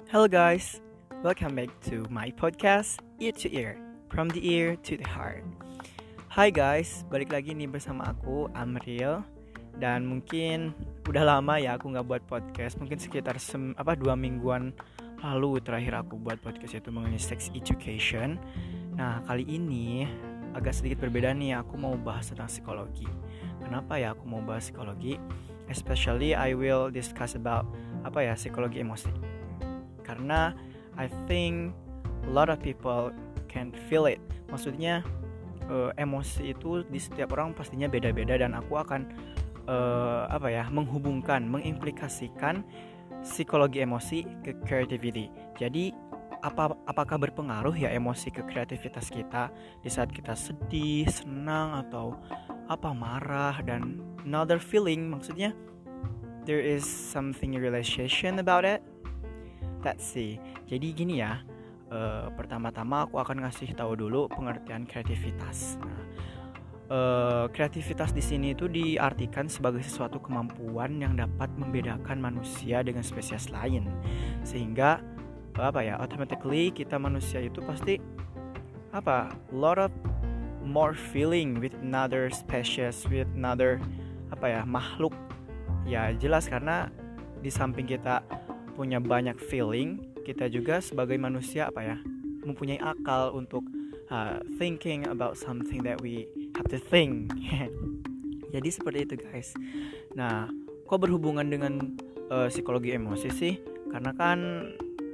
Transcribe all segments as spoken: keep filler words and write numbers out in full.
Hello guys, welcome back to my podcast Ear to Ear, from the ear to the heart. Hai guys, balik lagi nih bersama aku Amril. Dan mungkin udah lama ya aku gak buat podcast. Mungkin sekitar sem- apa dua mingguan lalu terakhir aku buat podcast itu mengenai sex education. Nah kali ini agak sedikit berbeda nih, aku mau bahas tentang psikologi. Kenapa ya aku mau bahas psikologi? Especially I will discuss about apa ya psikologi emosi. Karena I think a lot of people can feel it. Maksudnya uh, emosi itu di setiap orang pastinya beda-beda, dan aku akan uh, apa ya menghubungkan, mengimplikasikan psikologi emosi ke creativity. Jadi apa apakah berpengaruh ya emosi ke kreativitas kita di saat kita sedih, senang, atau apa marah dan another feeling? Maksudnya there is something relaxation about it. Let's see. Jadi gini ya, uh, pertama-tama aku akan ngasih tahu dulu pengertian kreativitas. Nah, uh, kreativitas di sini itu diartikan sebagai sesuatu kemampuan yang dapat membedakan manusia dengan spesies lain, sehingga apa ya, automatically kita manusia itu pasti apa, lot of more feeling with another species, with another apa ya makhluk. Ya jelas, karena di samping kita punya banyak feeling, kita juga sebagai manusia apa ya mempunyai akal untuk uh, thinking about something that we have to think. Jadi seperti itu guys. Nah, kok berhubungan dengan uh, psikologi emosi sih? Karena kan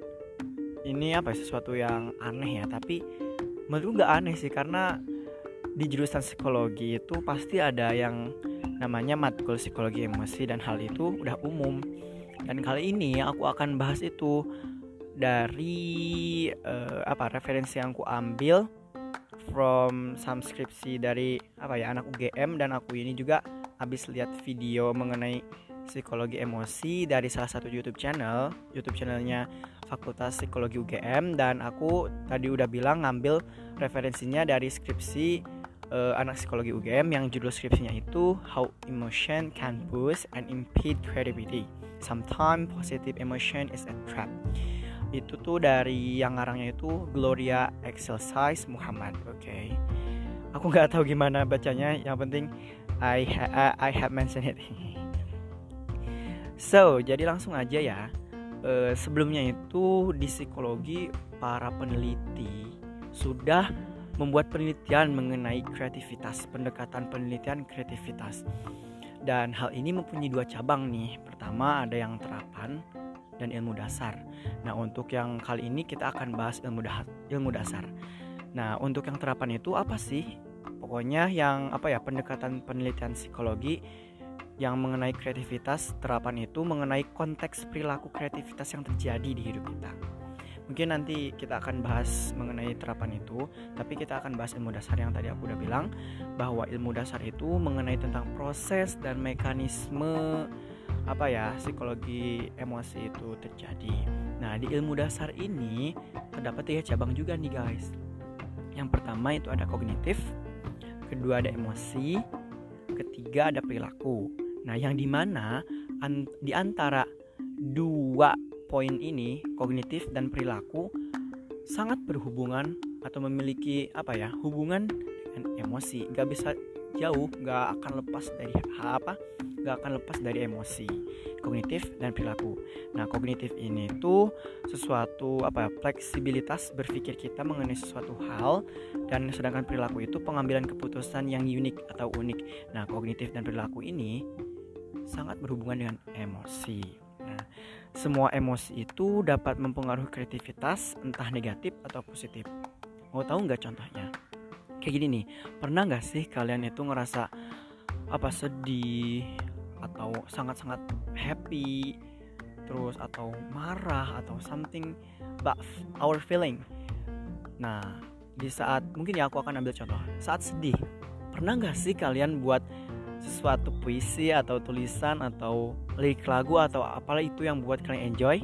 ini apa ya, sesuatu yang aneh ya, tapi menurutku nggak aneh sih, karena di jurusan psikologi itu pasti ada yang namanya matkul psikologi emosi, dan hal itu udah umum. Dan kali ini aku akan bahas itu dari uh, apa referensi yang aku ambil from some skripsi dari apa ya anak U G M, dan aku ini juga habis lihat video mengenai psikologi emosi dari salah satu YouTube channel, YouTube channelnya Fakultas Psikologi U G M, dan aku tadi udah bilang ngambil referensinya dari skripsi uh, anak psikologi U G M yang judul skripsinya itu How Emotion Can Boost and Impede Creativity. Sometimes positive emotion is a trap. Itu tuh dari yang ngarangnya itu Gloria Excelsius Muhammad. Oke, okay. Aku nggak tahu gimana bacanya. Yang penting I ha- I have mentioned it. So jadi langsung aja ya. Uh, sebelumnya itu di psikologi para peneliti sudah membuat penelitian mengenai kreativitas, pendekatan penelitian kreativitas. Dan hal ini mempunyai dua cabang nih. Pertama ada yang terapan dan ilmu dasar. Nah untuk yang kali ini kita akan bahas ilmu, da- ilmu dasar. Nah untuk yang terapan itu apa sih? Pokoknya yang apa ya pendekatan penelitian psikologi yang mengenai kreativitas. Terapan itu mengenai konteks perilaku kreativitas yang terjadi di hidup kita. Mungkin nanti kita akan bahas mengenai terapan itu, tapi kita akan bahas ilmu dasar yang tadi aku udah bilang, bahwa ilmu dasar itu mengenai tentang proses dan mekanisme apa ya psikologi emosi itu terjadi. Nah di ilmu dasar ini terdapat tiga cabang juga nih guys. Yang pertama itu ada kognitif, kedua ada emosi, ketiga ada perilaku. Nah yang dimana an- di antara dua poin ini, kognitif dan perilaku, sangat berhubungan atau memiliki apa ya hubungan dengan emosi. Gak bisa jauh, gak akan lepas dari apa gak akan lepas dari emosi, kognitif dan perilaku. Nah kognitif ini tuh sesuatu apa fleksibilitas berpikir kita mengenai sesuatu hal, dan sedangkan perilaku itu pengambilan keputusan yang unik atau unik. Nah kognitif dan perilaku ini sangat berhubungan dengan emosi. Nah, semua emosi itu dapat mempengaruhi kreativitas, entah negatif atau positif. Mau tahu nggak contohnya? Kayak gini nih, pernah nggak sih kalian itu ngerasa apa sedih atau sangat-sangat happy, terus atau marah atau something about our feeling? Nah, di saat mungkin ya aku akan ambil contoh. Saat sedih, pernah nggak sih kalian buat sesuatu puisi atau tulisan atau lirik lagu atau apalah itu yang buat kalian enjoy?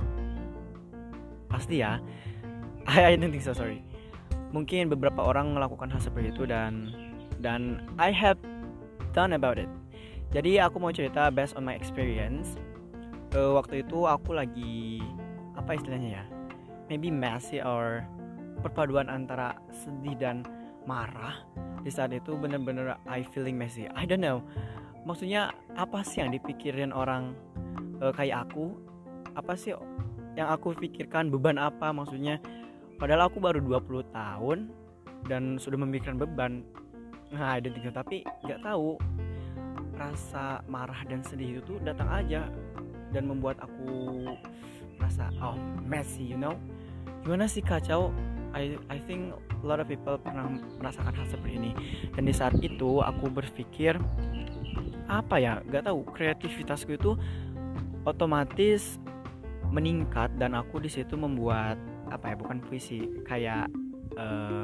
Pasti ya. I, I don't think so, sorry. Mungkin beberapa orang melakukan hal seperti itu, dan dan I have done about it. Jadi aku mau cerita based on my experience. Uh, waktu itu aku lagi apa apa istilahnya ya, maybe messy or perpaduan antara sedih dan marah. Di saat itu bener-bener I feeling messy. I don't know, maksudnya apa sih yang dipikirin orang uh, kayak aku, apa sih yang aku pikirkan, beban apa maksudnya, padahal aku baru dua puluh tahun dan sudah memikirkan beban. Nah, I don't think so. Tapi gak tahu, rasa marah dan sedih itu tuh datang aja dan membuat aku merasa oh messy, you know. Gimana sih, kacau. I I think a lot of people pernah merasakan hal seperti ini. Dan di saat itu aku berpikir apa ya, gak tahu, kreativitasku itu otomatis meningkat dan aku di situ membuat apa ya, bukan puisi, kayak uh,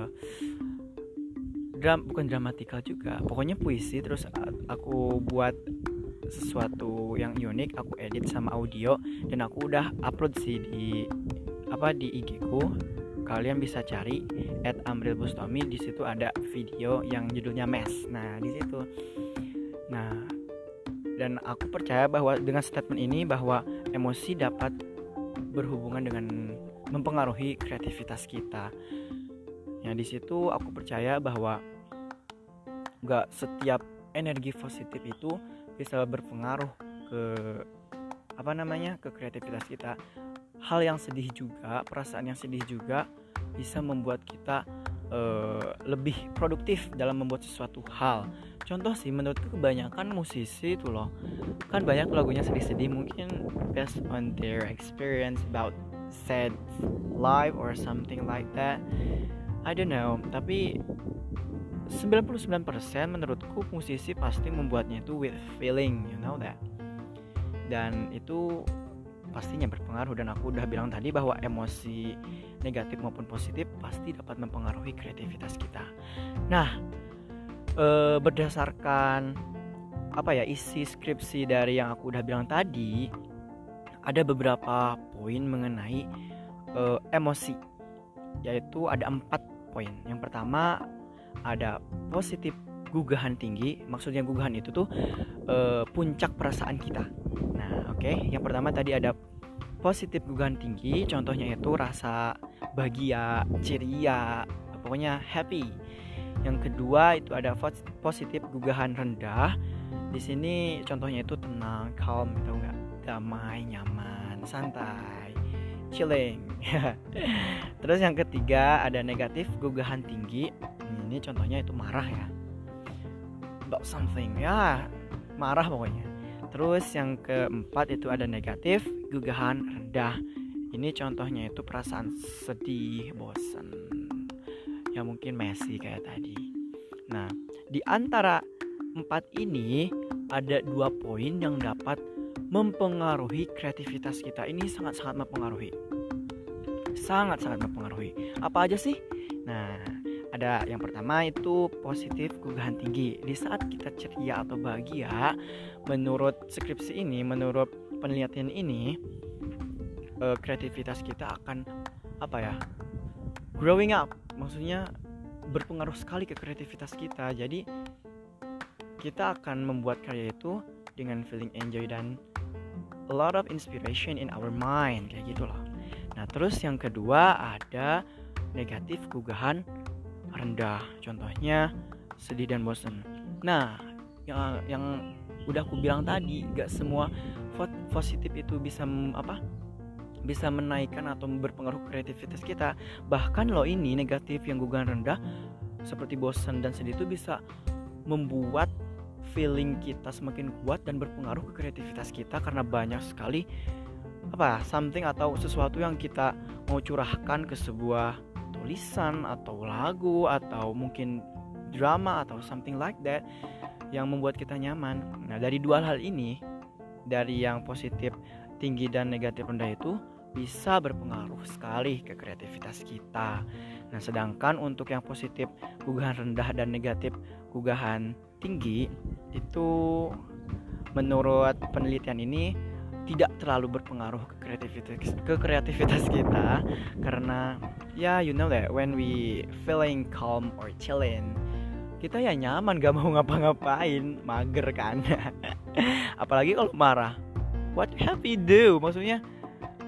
dram, bukan dramatikal juga, pokoknya puisi. Terus aku buat sesuatu yang unik, aku edit sama audio dan aku udah upload sih di apa di I G ku. Kalian bisa cari at amril bustami, di situ ada video yang judulnya Mess. Nah, di situ. Nah, dan aku percaya bahwa dengan statement ini bahwa emosi dapat berhubungan dengan mempengaruhi kreativitas kita. Ya, di situ aku percaya bahwa gak setiap energi positif itu bisa berpengaruh ke apa namanya ke kreativitas kita. Hal yang sedih juga, perasaan yang sedih juga bisa membuat kita uh, lebih produktif dalam membuat sesuatu hal. Contoh sih, menurutku kebanyakan musisi itu loh, kan banyak lagunya sedih-sedih, mungkin based on their experience about sad life or something like that. I don't know, tapi sembilan puluh sembilan persen menurutku musisi pasti membuatnya itu with feeling, you know that. Dan itu pastinya berpengaruh, dan aku udah bilang tadi bahwa emosi negatif maupun positif pasti dapat mempengaruhi kreativitas kita. Nah, e, berdasarkan apa ya isi skripsi dari yang aku udah bilang tadi, ada beberapa poin mengenai e, emosi, yaitu ada empat poin. Yang pertama ada positif gugahan tinggi. Maksudnya gugahan itu tuh e, puncak perasaan kita. Nah, oke, okay. Yang pertama tadi ada positif gugahan tinggi, contohnya itu rasa bahagia, ceria, pokoknya happy. Yang kedua itu ada positif gugahan rendah. Di sini contohnya itu tenang, calm, tahu nggak? Damai, nyaman, santai, chilling. Terus yang ketiga ada negatif gugahan tinggi. Ini contohnya itu marah ya, about something ya, marah pokoknya. Terus yang keempat itu ada negatif gugahan rendah. Ini contohnya itu perasaan sedih, bosan, ya mungkin messy kayak tadi. Nah, di antara empat ini ada dua poin yang dapat mempengaruhi kreativitas kita. Ini sangat-sangat mempengaruhi, sangat-sangat mempengaruhi. Apa aja sih? Nah, ada yang pertama itu positif gugahan tinggi. Di saat kita ceria atau bahagia, menurut skripsi ini, menurut penelitian ini, uh, kreativitas kita akan apa ya? growing up. Maksudnya berpengaruh sekali ke kreativitas kita. Jadi kita akan membuat karya itu dengan feeling enjoy dan a lot of inspiration in our mind, kayak gitu loh. Nah, terus yang kedua ada negatif gugahan rendah, contohnya sedih dan bosan. Nah, yang yang udah aku bilang tadi, gak semua positif itu bisa apa bisa menaikkan atau berpengaruh kreativitas kita. Bahkan loh, ini negatif yang gugahan rendah seperti bosan dan sedih itu bisa membuat feeling kita semakin kuat dan berpengaruh ke kreativitas kita, karena banyak sekali apa something atau sesuatu yang kita mau curahkan ke sebuah tulisan atau lagu atau mungkin drama atau something like that yang membuat kita nyaman. Nah, dari dua hal ini, dari yang positif tinggi dan negatif rendah itu bisa berpengaruh sekali ke kreativitas kita. Nah, sedangkan untuk yang positif gugahan rendah dan negatif gugahan tinggi itu menurut penelitian ini tidak terlalu berpengaruh ke kreativitas ke kreativitas kita, karena ya you know that when we feeling calm or chilling, kita ya nyaman, gak mau ngapa-ngapain, mager kan. Apalagi kalau marah, what have you do? Maksudnya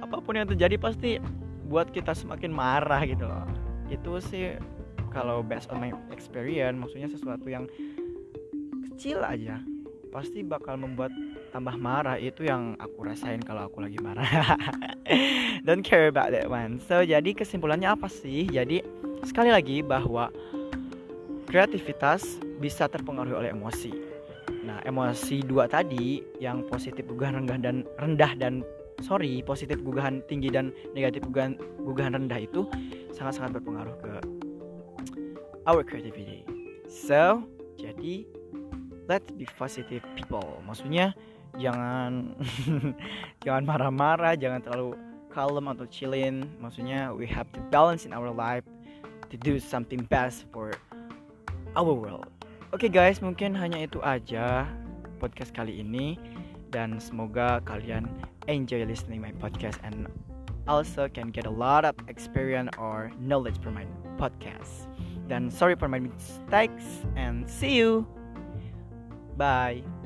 apapun yang terjadi pasti buat kita semakin marah gitu loh. Itu sih kalau based on my experience, maksudnya sesuatu yang kecil aja pasti bakal membuat tambah marah. Itu yang aku rasain kalau aku lagi marah. Don't care about that one. So jadi kesimpulannya apa sih? Jadi sekali lagi bahwa kreativitas bisa terpengaruhi oleh emosi. Nah, emosi dua tadi yang positif gugahan rendah dan rendah dan sorry positif gugahan tinggi dan negatif gugahan gugahan rendah itu sangat-sangat berpengaruh ke our creativity. So jadi let's be positive people. Maksudnya jangan jangan marah-marah, jangan terlalu calm atau chillin. Maksudnya we have to balance in our life to do something best for our world. Oke okay guys, mungkin hanya itu aja podcast kali ini, dan semoga kalian enjoy listening my podcast and also can get a lot of experience or knowledge from my podcast. Dan sorry for my mistakes and see you. Bye.